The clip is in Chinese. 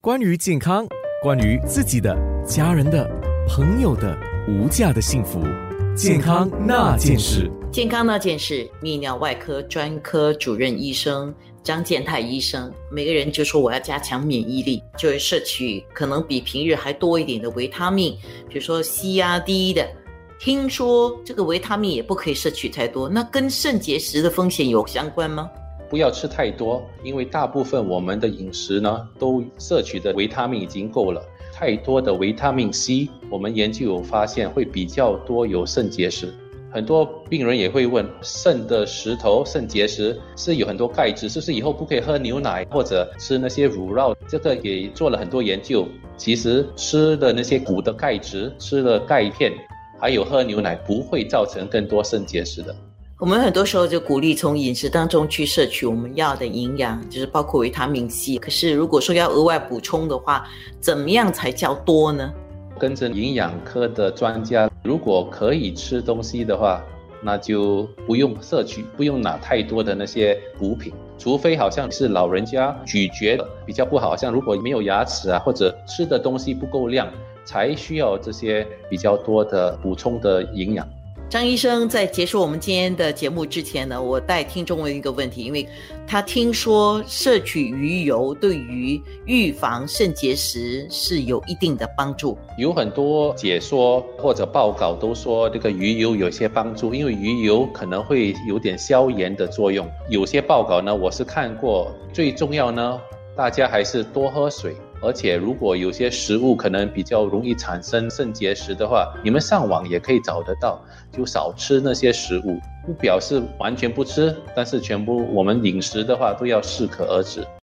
关于健康，关于自己的、家人的、朋友的无价的幸福，健康那件事。 健康那件事，泌尿外科专科主任医生张建泰医生，每个人就说我要加强免疫力，就会摄取可能比平日还多一点的维他命，比如说 C 啊 D 的。听说这个维他命也不可以摄取太多，那跟肾结石的风险有相关吗？ 不要吃太多，因为大部分我们的饮食呢，都摄取的维他命已经够了。太多的维他命 C， 我们研究有发现会比较多有肾结石。很多病人也会问，肾的石头、肾结石是有很多钙质，是不是以后不可以喝牛奶或者吃那些乳酪？这个也做了很多研究，其实吃的那些补的钙质，吃了钙片，还有喝牛奶不会造成更多肾结石的。 我们很多时候就鼓励从饮食当中去摄取我们要的营养，就是包括维他命 C。可是如果说要额外补充的话，怎么样才叫多呢？ 跟着营养科的专家，如果可以吃东西的话，那就不用摄取，不用拿太多的那些补品，除非好像是老人家咀嚼的比较不好，像如果没有牙齿啊，或者吃的东西不够量，才需要这些比较多的补充的营养。 张医生在结束我们今天的节目之前呢，我带听众问一个问题，因为他听说摄取鱼油对于预防肾结石是有一定的帮助。 有很多解说或者报告都说这个鱼油有些帮助，因为鱼油可能会有点消炎的作用。有些报告呢，我是看过，最重要呢，大家还是多喝水。而且如果有些食物可能比较容易产生肾结石的话，你们上网也可以找得到，就少吃那些食物。不表示完全不吃，但是全部我们饮食的话都要适可而止。